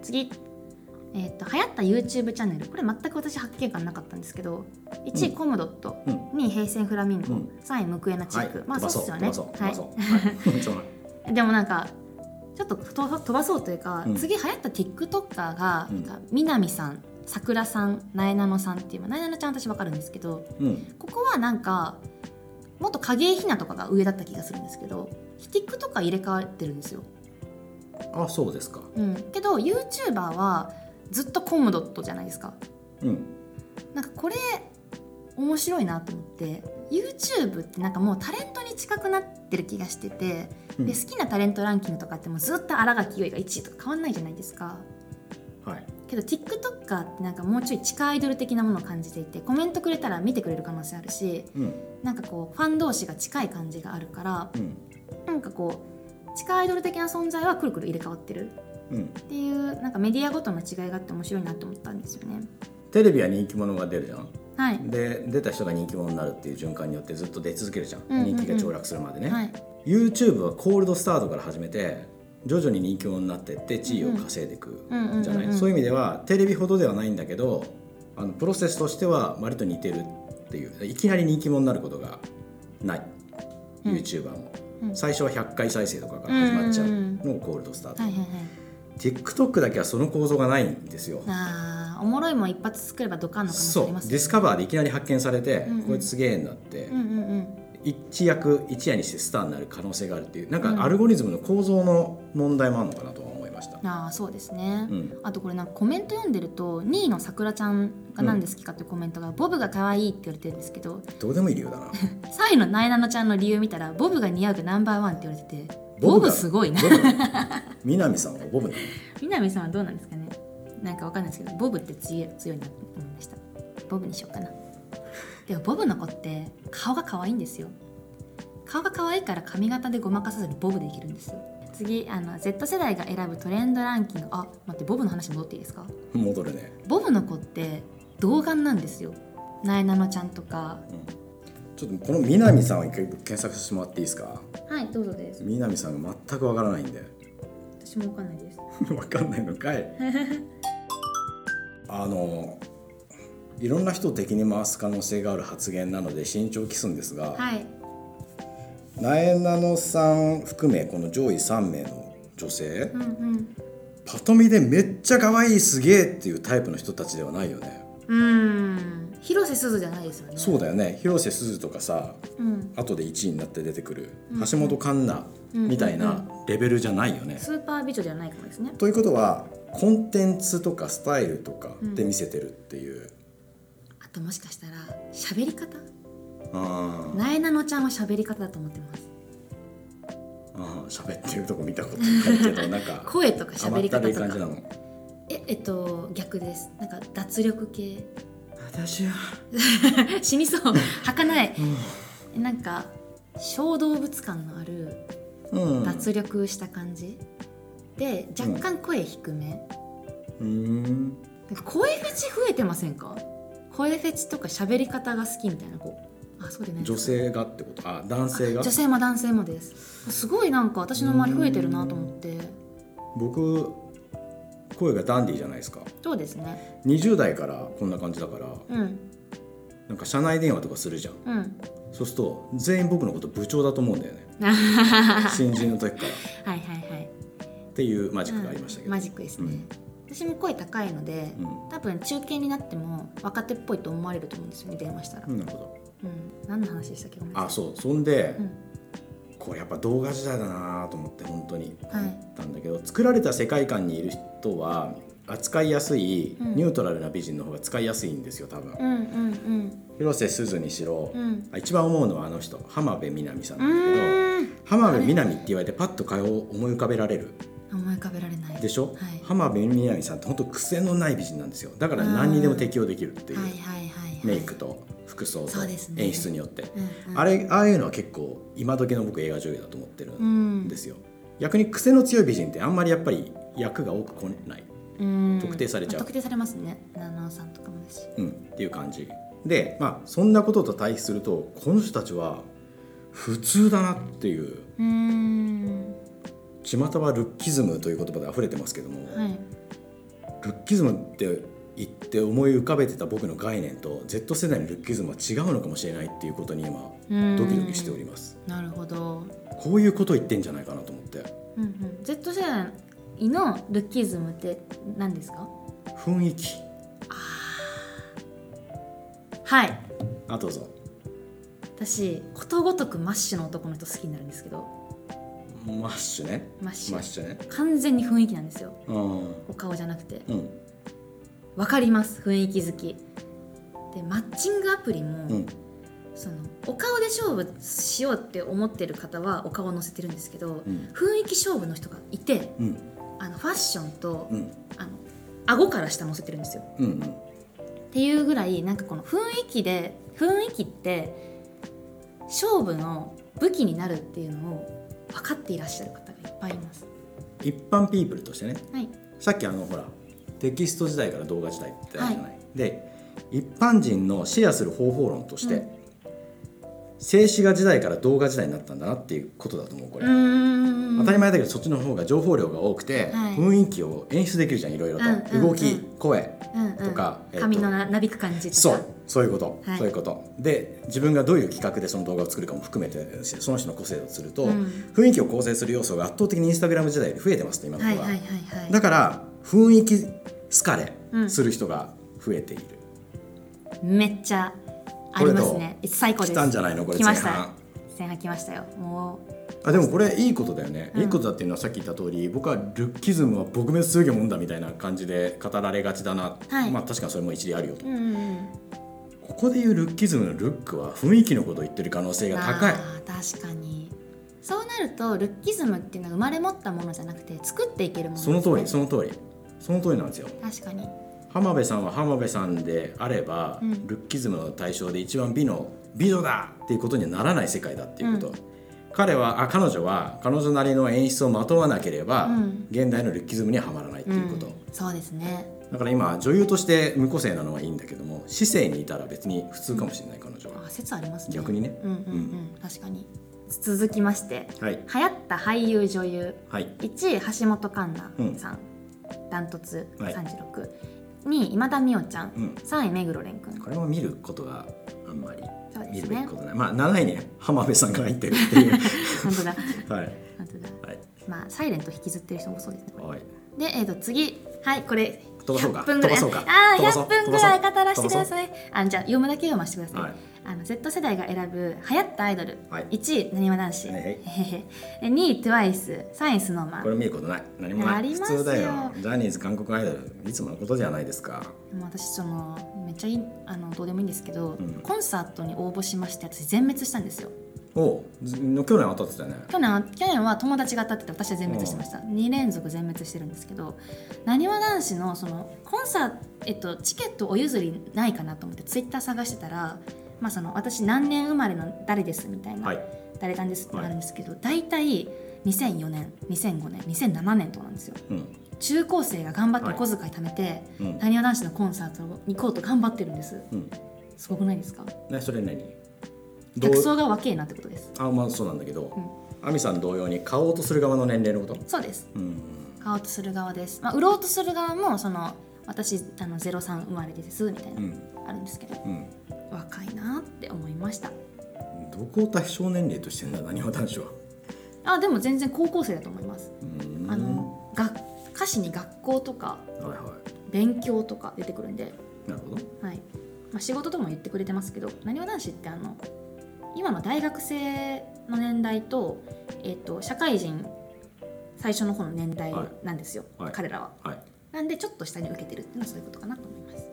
次、流行った YouTube チャンネル、これ全く私発見感なかったんですけど、1位コムドット、2位平成フラミンゴ、3位ムクエナチック、まあそうっすよね。はい、でもなんかちょっと飛ばそうというか、次流行った TikToker がなんか南さん、さくらさん、なえなのさんっていう、なえなのちゃん私分かるんですけど、ここはなんかもっと影絵ひなとかが上だった気がするんですけど、TikToker 入れ替わってるんですよ。 あ、そうですか。 けど YouTuber はずっとコムドットじゃないですか。なんかこれ面白いなと思って、 YouTube ってなんかもうタレントに近くなってる気がしてて、で好きなタレントランキングとかってもうずっと新垣結衣が1位とか変わんないじゃないですか。けど TikToker ってなんかもうちょい地下アイドル的なものを感じていて、コメントくれたら見てくれる可能性あるし、なんかこうファン同士が近い感じがあるから、なんかこう地下アイドル的な存在はくるくる入れ替わってるっていう、なんかメディアごとの違いがあって面白いなと思ったんですよね。 テレビは人気者が出るじゃん。 はい、 で出た人が人気者になるっていう循環によってずっと出続けるじゃん、人気が凋落するまでね。YouTube はコールドスタートから始めて徐々に人気者になっていって地位を稼いでいくじゃない。そういう意味ではテレビほどではないんだけど、プロセスとしては割と似てるっていう。いきなり人気者になることがない、YouTuber も、最初は100回再生とかから始まっちゃうのをコールドスタート。TikTok だけはその構造がないんですよ。 おもろいもん一発作ればドカンの可能性ありますよね。 ディスカバーでいきなり発見されて、こいつすげえんだって、一夜にしてスターになる可能性があるっていう、なんかアルゴリズムの構造の問題もあるのかなとは思いました。 そうですね、あとこれなんかコメント読んでると、2位のさくらちゃんが何で好きかというコメントが、ボブが可愛いって言われてるんですけど、 どうでもいい理由だな。 3位のなえなのちゃんの理由見たら、ボブが似合うがナンバーワンって言われてて、ボブすごいな。 南さんはボブなの？ 南さんはどうなんですかね。なんかわかんないですけど、ボブって強いなと思いました。ボブにしようかな。でもボブの子って顔が可愛いんですよ。顔が可愛いから髪型でごまかさずにボブでいけるんですよ。次、Z 世代が選ぶトレンドランキング。待って、ボブの話戻っていいですか？ 戻るね。 ボブの子って童顔なんですよ。なえなのちゃんとか、 ちょっとこの南さんを一回検索してもらっていいですか？ はい、どうぞです。 南さんが全くわからないんで。 私もわかんないです。 わかんないのかい。いろんな人を敵に回す可能性がある発言なので慎重を期すんですが、なえなのさん含めこの上位3名の女性、パッと見でめっちゃ可愛いすげえっていうタイプの人たちではないよね。 広瀬すずじゃないですよね。 そうだよね。広瀬すずとかさ、後で1位になって出てくる橋本環奈みたいなレベルじゃないよね。 スーパー美女ではないかもですね。 ということはコンテンツとかスタイルとかで見せてるっていう、 あともしかしたら喋り方、なえなのちゃんは喋り方だと思ってます。 喋ってるとこ見たことないけど、なんか声とか喋り方とか。 甘ったるい感じなの？ 逆です。なんか脱力系。 私は死にそう。はかない。なんか小動物感のある脱力した感じで、若干声低め。なんか声フェチ増えてませんか？声フェチとか喋り方が好きみたいな子。そうでね。 女性がってこと？男性が？ 女性も男性もです。すごいなんか私の周り増えてるなと思って。 僕声がダンディーじゃないですか。 そうですね。 20代からこんな感じだから、なんか社内電話とかするじゃん、そうすると全員僕のこと部長だと思うんだよね。新人の時からっていうマジックがありましたけど、 マジックですね。私も声高いので、多分中堅になっても若手っぽいと思われると思うんですよね、電話したら。なるほど。何の話でしたっけ？ そんで、これやっぱ動画時代だなと思って本当に思ったんだけど、作られた世界観にいる人は扱いやすい、ニュートラルな美人の方が使いやすいんですよ多分。広瀬すずにしろ、一番思うのはあの人浜辺美波さんなんだけど、浜辺美波って言われてパッと顔を思い浮かべられる？思い浮かべられないでしょ、浜辺美波さんって本当癖のない美人なんですよ。だから何にでも適応できるっていう、メイクと服装と演出によって、ああいうのは結構今時の僕映画女優だと思ってるんですよ。逆に癖の強い美人ってあんまりやっぱり役が多く来ない、特定されちゃう。特定されますね、七尾さんとかもだし、っていう感じで、そんなことと対比するとこの人たちは普通だなっていう。巷はルッキズムという言葉で溢れてますけども、 ルッキズムって言って思い浮かべてた僕の概念と Z 世代のルッキズムは違うのかもしれないっていうことに今ドキドキしております。 なるほど。 こういうことを言ってんじゃないかなと思って、 Z 世代のルッキズムって何ですか？ 雰囲気。 はい。 どうぞ。 私ことごとくマッシュの男の人好きになるんですけど。 マッシュね。 マッシュね。 完全に雰囲気なんですよ。お顔じゃなくて。わかります、雰囲気好きで。マッチングアプリも、そのお顔で勝負しようって思ってる方はお顔を載せてるんですけど、雰囲気勝負の人がいて、ファッションと、顎から下載せてるんですよ、っていうぐらいなんかこの雰囲気って勝負の武器になるっていうのを分かっていらっしゃる方がいっぱいいます。 一般ピープルとしてね、さっきほらテキスト時代から動画時代ってあるじゃない、で一般人のシェアする方法論として、静止画時代から動画時代になったんだなっていうことだと思う。これ当たり前だけどそっちの方が情報量が多くて、雰囲気を演出できるじゃん、いろいろと、動き、声とか、 髪のなびく感じとか、 そういうこと、そういうことで、自分がどういう企画でその動画を作るかも含めてその人の個性をすると、雰囲気を構成する要素が圧倒的にインスタグラム時代より増えてますね、今の子は。だから雰囲気好かれする人が増えている、 めっちゃありますね。最高です。 来たんじゃないのこれ。 来ました。前半来ましたよ。もうでもこれいいことだよね、いいことだっていうのはさっき言った通り、僕はルッキズムは撲滅するもんだみたいな感じで語られがちだな、まあ確かにそれも一理あるよと、ここでいうルッキズムのルックは雰囲気のことを言ってる可能性が高い。 確かにそうなるとルッキズムっていうのは生まれ持ったものじゃなくて作っていけるものですね。その通りなんですよ。確かに浜辺さんは浜辺さんであれば、ルッキズムの対象で一番美女だっていうことにはならない世界だっていうこと、彼女は彼女なりの演出をまとわなければ、現代のルッキズムにははまらないっていうこと、 そうですね。 だから今女優として無個性なのはいいんだけども、市政にいたら別に普通かもしれない、彼女は。 説ありますね、 逆にね。 確かに。続きまして、流行った俳優女優、1位橋本環奈さん、ダントツ36、2位今田美桜ちゃん、3位目黒蓮君。 これも見ることがあんまり見るべきことない。7位に浜辺さんが入ってるっていう本当だまあサイレント引きずってる人もそうですね。で、次、これ100分ぐらい100分ぐらい語らせてください。じゃあ読むだけ読ませてください。Z 世代が選ぶ流行ったアイドル、1位なにわ男子、2位 TWICE、3位 SnowMan。 これ見ることない。何もない。普通だよ。ジャニーズ韓国アイドルいつものことじゃないですか。 私めっちゃどうでもいいんですけど、コンサートに応募しまして、私全滅したんですよ。 去年当たってたよね。去年は友達が当たってて、私は全滅してました。2連続全滅してるんですけど、なにわ男子のコンサート、チケットお譲りないかなと思ってツイッター探してたら、私何年生まれの誰ですみたいな、誰なんですってなるんですけど、大体2004年2005年2007年とかなんですよ、中高生が頑張ってお小遣い貯めて、なにわ男子のコンサートに行こうと頑張ってるんです、すごくないですか？ それ何？ 客層が若えなってことです。 そうなんだけど、亜美さん同様に買おうとする側の年齢のこと？ そうです、買おうとする側です。売ろうとする側も私03生まれですみたいな、あるんですけど、若いなって思いました。 どこを対象年齢としてんだ、なにわ男子は。 でも全然高校生だと思います。歌詞に学校とか、勉強とか出てくるんで。 なるほど。 仕事とも言ってくれてますけど、なにわ男子って今の大学生の年代と、社会人最初の方の年代なんですよ、彼らは。なんでちょっと下に受けてるっていうのはそういうことかなと思います。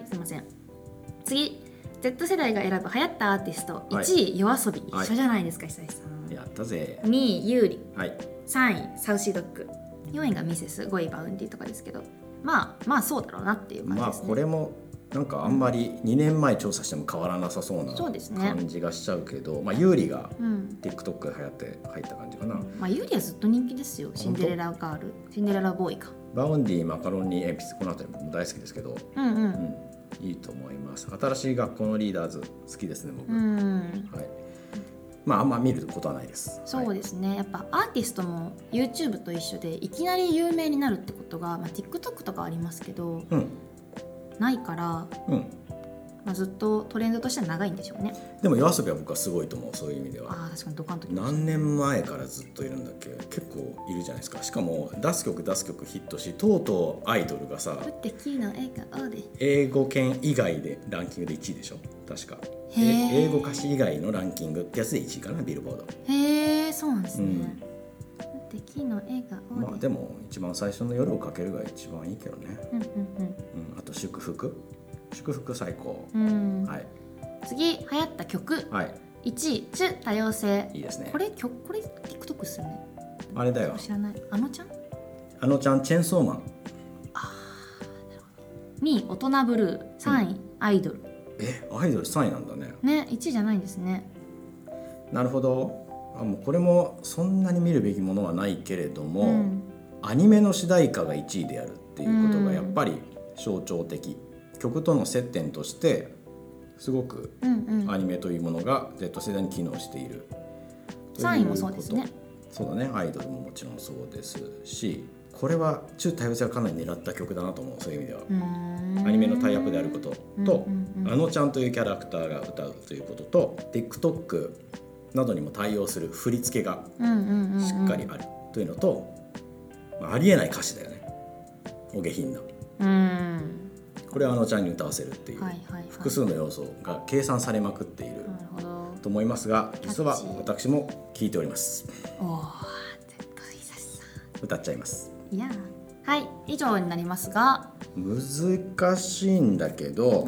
すいません。次、 Z 世代が選ぶ流行ったアーティスト、1位 YOASOBI、一緒じゃないですか、久石さん。 やったぜ。 2位優里、3位サウシードッグ、4位がミセス、5位バウンディとかですけど、まあそうだろうなっていう感じですね。 これもなんかあんまり2年前調査しても変わらなさそうな感じがしちゃうけど、優里が TikTok で流行って入った感じかな。 優里はずっと人気ですよ。シンデレラガール、シンデレラボーイか。 バウンディ、マカロニ鉛筆、この辺りも大好きですけど、いいと思います。新しい学校のリーダーズ好きですね、僕。 まああんま見ることはないです。 そうですね、やっぱアーティストも YouTube と一緒でいきなり有名になるってことが、TikTok とかありますけど、ないから、ずっとトレンドとしては長いんでしょうね。 でもYOASOBIは僕はすごいと思う、そういう意味では。 確かにドカンと何年前からずっといるんだっけ、結構いるじゃないですか。しかも出す曲ヒットし、とうとうアイドルがさ、英語圏以外でランキングで1位でしょ確か。英語歌詞以外のランキングってやつで1位かな、ビルボード。 へえ、そうなんですね。 まあでも一番最初の夜をかけるが一番いいけどね。あと祝福最高。 次流行った曲、1位チュ多様性。 いいですね。 これ TikTok っすよね。 あれだよ、 知らない。あのちゃんチェンソーマン。 2位大人ブルー、3位アイドル。 アイドル3位なんだね。 1位じゃないんですね。 なるほど。もうこれもそんなに見るべきものはないけれども、アニメの主題歌が1位であるっていうことがやっぱり象徴的。曲との接点としてすごくアニメというものが Z 世代に機能している。 3位もそうですね。 そうだね、アイドルももちろんそうですし、これは中多様性はかなり狙った曲だなと思う。そういう意味ではアニメのタイアップであることと、あのちゃんというキャラクターが歌うということと、 TikTok などにも対応する振り付けがしっかりあるというのと、ありえない歌詞だよね、お下品な。これはあのちゃんに歌わせるっていう複数の要素が計算されまくっていると思いますが、実は私も聞いております。歌っちゃいます。 はい、以上になりますが、 難しいんだけど、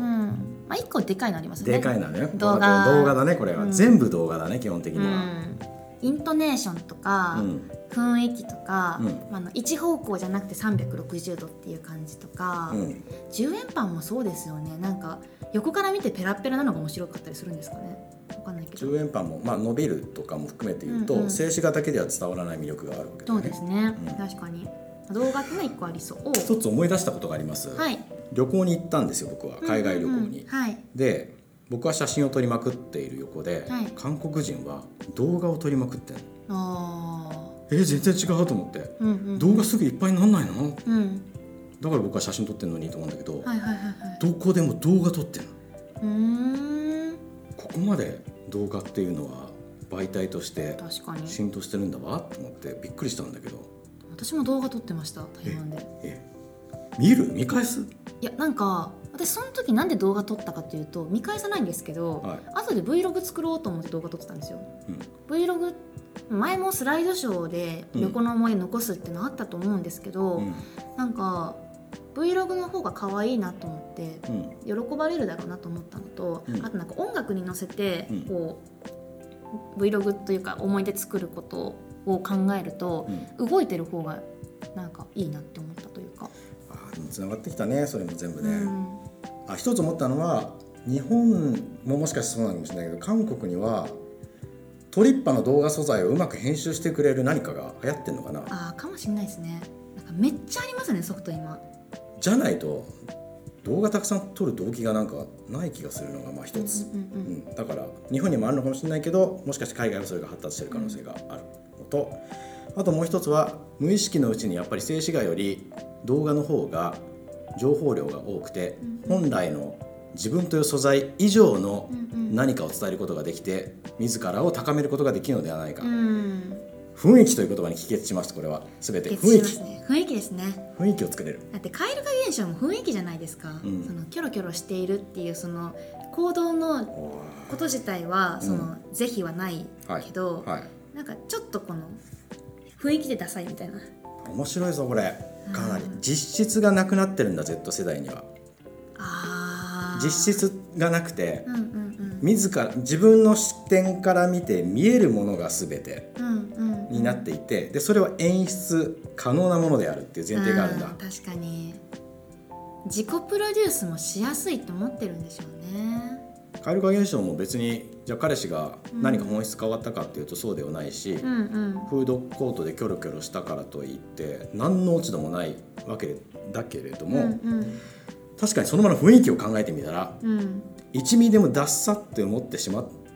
1個でかいのありますね。 でかいのね。動画だね。これは全部動画だね、基本的には。 イントネーションとか、雰囲気とか、一方向じゃなくて360度っていう感じとか、10円パンもそうですよね。なんか横から見てペラペラなのが面白かったりするんですかね。わかんないけど。 10円パンも、伸びるとかも含めて言うと、静止画だけでは伝わらない魅力があるわけだよね。 そうですね、確かに動画ってのは1個ありそう。 一つ思い出したことがあります。旅行に行ったんですよ、僕は。海外旅行に。で、僕は写真を撮りまくっている横で、韓国人は動画を撮りまくってんの。全然違うと思って、動画すぐいっぱいになんないの、だから僕は写真撮ってんのにと思うんだけど、どこでも動画撮ってんの。ここまで動画っていうのは媒体として浸透してるんだわと思ってびっくりしたんだけど。 私も動画撮ってました、台湾で。 見返す？ いや、なんか私その時なんで動画撮ったかというと、見返さないんですけど、後で Vlog 作ろうと思って動画撮ってたんですよ。Vlog、前もスライドショーで旅行の思い残すっていうのあったと思うんですけど、なんか Vlog の方が可愛いなと思って、喜ばれるだろうなと思ったのと、あとなんか音楽に乗せてこう Vlog というか思い出作ることを考えると、動いてる方がなんかいいなって思ったというか。 でもつながってきたね、それも全部ね。一つ思ったのは、日本ももしかしてそうなのかもしれないけど、韓国にはトリッパの動画素材をうまく編集してくれる何かが流行ってんのかな。 かもしれないですね。なんかめっちゃありますね、ソフト今。 じゃないと動画たくさん撮る動機がなんかない気がするのが一つ。だから日本にもあるのかもしれないけど、もしかして海外はそれが発達してる可能性があるのと、あともう一つは無意識のうちにやっぱり静止画より動画の方が情報量が多くて、本来の自分という素材以上の何かを伝えることができて、自らを高めることができるのではないか。雰囲気という言葉に帰結します。これは全て雰囲気。 雰囲気ですね。 雰囲気を作れる。 だって蛙化現象も雰囲気じゃないですか。そのキョロキョロしているっていうその行動のこと自体はその是非はないけど、なんかちょっとこの雰囲気でダサいみたいな。 面白いぞこれ。かなり実質がなくなってるんだ、 Z 世代には。実質がなくて、自分の視点から見て見えるものが全てになっていて、でそれは演出可能なものであるっていう前提があるんだ。 確かに自己プロデュースもしやすいと思ってるんでしょうね。 蛙化現象も別にじゃあ彼氏が何か本質変わったかっていうとそうではないし、フードコートでキョロキョロしたからといって何の落ち度もないわけだけれども、確かにその場の雰囲気を考えてみたら、1ミリでもダッサって思ってしまっ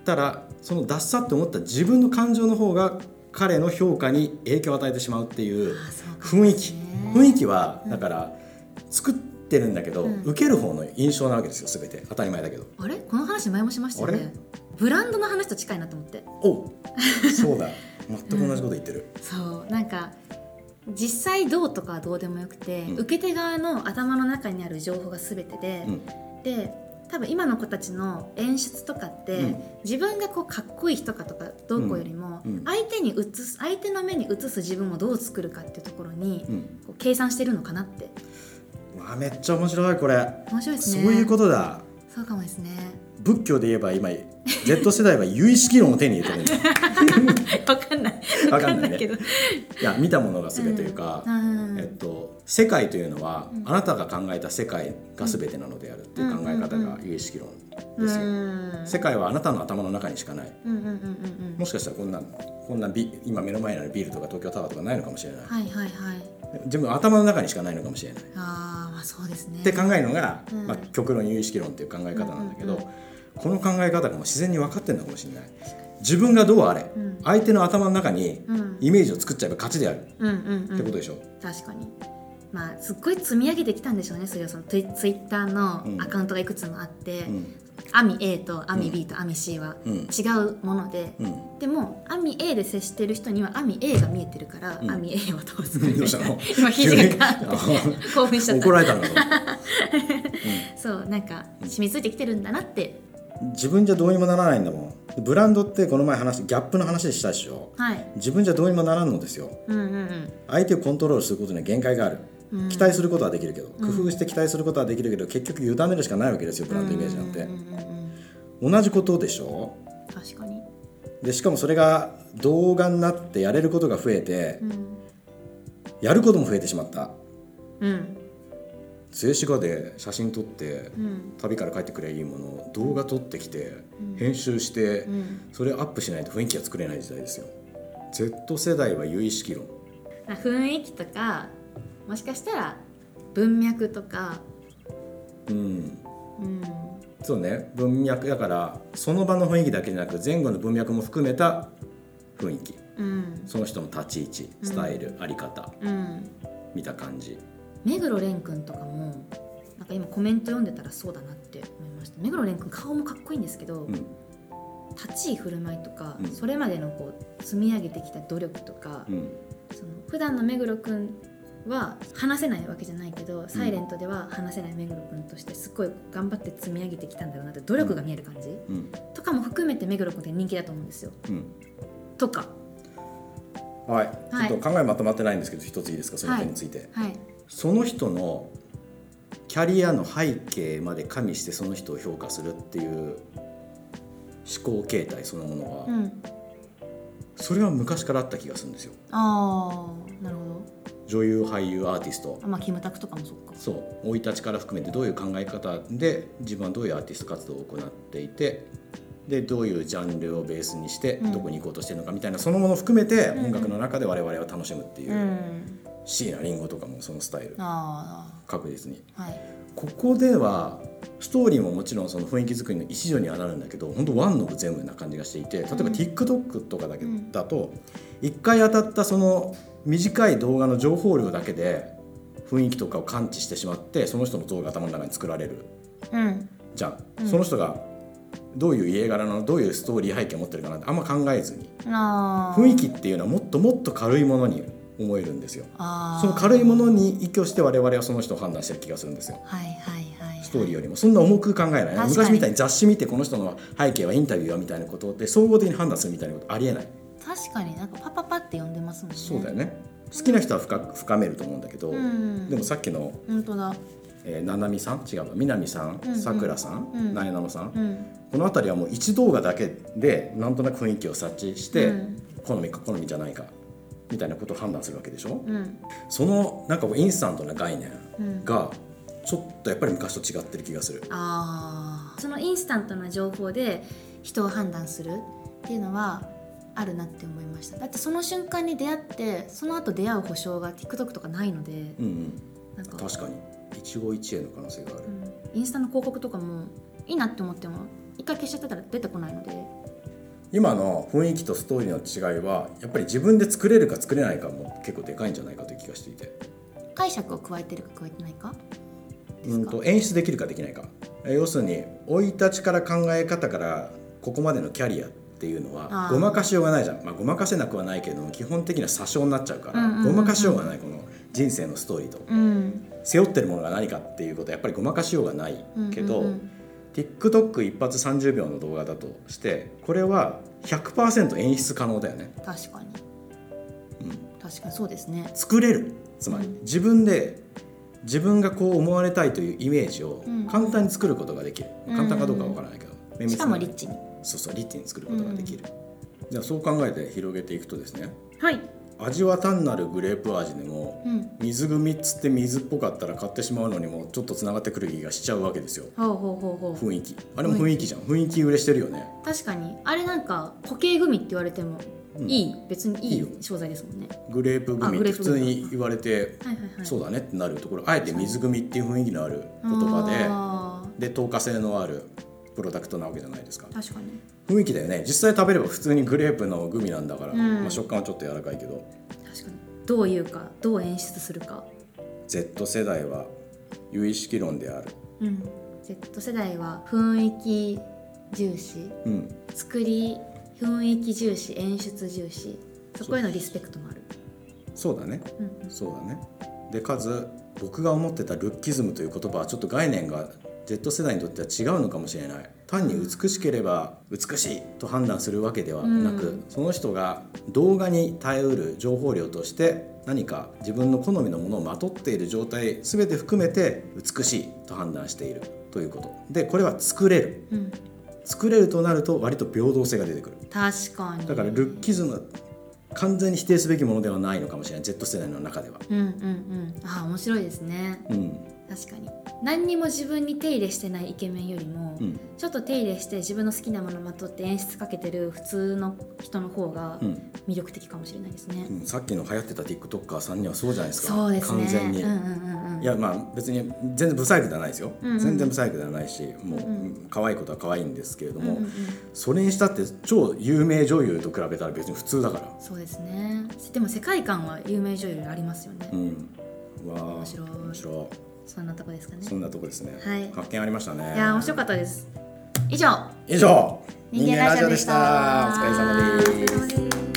たらそのダッサって思った自分の感情の方が彼の評価に影響を与えてしまうっていう雰囲気はだから作ってるんだけど、受ける方の印象なわけですよ。全て当たり前だけど。 あれこの話前もしましたよね。ブランドの話と近いなと思って。 そうだ全く同じこと言ってる、 そうなんか実際どうとかはどうでもよくて、受け手側の頭の中にある情報が全てで、で多分今の子たちの演出とかって、自分がこうかっこいい人かとかどうこうよりも、相手の目に映す自分をどう作るかっていうところに、こう計算してるのかなって。 めっちゃ面白いこれ。 面白いですね。 そういうことだ。 そうかもですね。 仏教で言えば今 Z 世代は有意識論を手に入れてるんだよ。 分かんないけど、 いや見たものが全てというか、世界というのは、あなたが考えた世界が全てなのであるっていう考え方が有意識論ですよ。世界はあなたの頭の中にしかない。もしかしたらこんな今目の前にあるビルとか東京タワーとかないのかもしれない。自分の頭の中にしかないのかもしれない。 そうですね。 って考えるのが、極論有意識論っていう考え方なんだけど、この考え方がもう自然に分かってるのかもしれない。自分がどうあれ、相手の頭の中にイメージを作っちゃえば勝ちである、ってことでしょ。 確かに。すっごい積み上げてきたんでしょうね。それはそのツイッターのアカウントがいくつもあって、アミ A とアミ B とアミ C は違うもので、でもアミ A で接してる人にはアミ A が見えてるから、アミ A を通すみたいな。今肘がガーって興奮しちゃった。 怒られたんだろう。 そうなんか染みついてきてるんだなって。 自分じゃどうにもならないんだもん。ブランドってこの前ギャップの話でしたでしょ。自分じゃどうにもならんのですよ。相手をコントロールすることには限界がある。期待することはできるけど、工夫して期待することはできるけど、結局委ねるしかないわけですよ。ブランドイメージなんて同じことでしょ。 確かに。 でしかもそれが動画になってやれることが増えて、やることも増えてしまった。静止画で写真撮って、旅から帰ってくればいいものを動画撮ってきて、編集して、それアップしないと雰囲気が作れない時代ですよ。 Z 世代は有意識論。 雰囲気とかもしかしたら文脈とか、 そうね、文脈だからその場の雰囲気だけじゃなく前後の文脈も含めた雰囲気、その人の立ち位置、スタイル、あり方、見た感じ。 目黒蓮くんとかもなんか今コメント読んでたらそうだなって思いました。目黒蓮くん顔もかっこいいんですけど、立ち居振る舞いとか、それまでのこう積み上げてきた努力とか、その普段の目黒くんは話せないわけじゃないけど、サイレントでは話せない目黒くんとしてすっごい頑張って積み上げてきたんだろうなって努力が見える感じ、とかも含めて目黒くんって人気だと思うんですよ、とか。 はい、ちょっと考えまとまってないんですけど一ついいですか、その点について。その人のキャリアの背景まで加味してその人を評価するっていう思考形態そのものは、それは昔からあった気がするんですよ。 なるほど。 女優、俳優、アーティスト、 キムタクとかもそうか。 そう生い立ちから含めてどういう考え方で自分はどういうアーティスト活動を行っていて、でどういうジャンルをベースにしてどこに行こうとしてるのかみたいな、そのものを含めて音楽の中で我々は楽しむっていう、椎名林檎とかもそのスタイル、確実に、ここではストーリーももちろんその雰囲気作りの一助にはなるんだけど、本当ワンオブ全部な感じがしていて、例えば TikTok とかだと1回当たったその短い動画の情報量だけで雰囲気とかを感知してしまって、その人の像が頭の中に作られる、じゃん、その人がどういう家柄のどういうストーリー背景を持ってるかなってあんま考えずに、雰囲気っていうのはもっともっと軽いものに思えるんですよ。その軽いものに依拠して我々はその人を判断してる気がするんですよ。ストーリーよりもそんな重く考えない。昔みたいに雑誌見てこの人の背景はインタビューはみたいなことで総合的に判断するみたいなことありえない。 確かになんかパパパって呼んでますもんね。 そうだよね。好きな人は深めると思うんだけど、でもさっきの本当だ、 ななみさん違う南さん、さくらさん、なえなのさん、この辺りはもう一動画だけでなんとなく雰囲気を察知して、好みか好みじゃないかみたいなことを判断するわけでしょ、そのなんかインスタントな概念がちょっとやっぱり昔と違ってる気がする。 そのインスタントな情報で人を判断するっていうのはあるなって思いました。だってその瞬間に出会ってその後出会う保証が TikTok とかないので、 なんか確かに一期一会の可能性がある、 インスタの広告とかもいいなって思っても一回消しちゃってたら出てこないので、 今の雰囲気とストーリーの違いはやっぱり自分で作れるか作れないかも結構でかいんじゃないかという気がしていて、 解釈を加えてるか加えてないか演出できるかできないか、要するに生い立ちから考え方からここまでのキャリアっていうのはごまかしようがないじゃん。ごまかせなくはないけど基本的には詐称になっちゃうから、ごまかしようがない。この人生のストーリーと、背負ってるものが何かっていうことはやっぱりごまかしようがないけど、TikTok 一発30秒の動画だとしてこれは 100% 演出可能だよね。 確かに、確かにそうですね。 作れる、つまり、自分がこう思われたいというイメージを簡単に作ることができる、簡単かどうかわからないけど、 しかもリッチに、 そうリッチに作ることができる、じゃあそう考えて広げていくとですね、 はい、 味は単なるグレープ味でも、水組っつって水っぽかったら買ってしまうのにもちょっとつながってくる気がしちゃうわけですよ。雰囲気、あれも雰囲気じゃん。雰囲気売れしてるよね。 確かにあれなんか固形グミって言われてもいい、別にいい商材ですもんね。 グレープグミって普通に言われて、そうだねってなるところ、あえて水グミっていう雰囲気のある言葉で透過性のあるプロダクトなわけじゃないですか。 確かに雰囲気だよね。実際食べれば普通にグレープのグミなんだから、食感はちょっと柔らかいけど、 確かにどう言うか、どう演出するか。 Z 世代は有意識論である、 Z 世代は雰囲気重視、作り雰囲気重視、演出重視、そこへのリスペクトもある。 そうだね、そうだね。でかつ僕が思ってたルッキズムという言葉はちょっと概念が Z 世代にとっては違うのかもしれない。単に美しければ美しいと判断するわけではなく、その人が動画に耐えうる情報量として何か自分の好みのものをまとっている状態全て含めて美しいと判断しているということで、これは作れる、作れるとなると割と平等性が出てくる。 確かに。 だからルッキズムは完全に否定すべきものではないのかもしれない、 Z 世代の中では。 あ、面白いですね。確かに何にも自分に手入れしてないイケメンよりも、ちょっと手入れして自分の好きなものをまとって演出かけてる普通の人の方が魅力的かもしれないですね。 さっきの流行ってた TikToker さんにはそうじゃないですか。 そうですね、 完全に、いや別に全然ブサイクではないですよ、全然ブサイクではないし、もう可愛いことは可愛いんですけれども、それにしたって超有名女優と比べたら別に普通だから。そうですね。でも世界観は有名女優ありますよね。 わあ、面白い。そんなとこですかね。 そんなとこですね。発見ありましたね。 いや面白かったです。以上人間ラジオでした。お疲れ様です。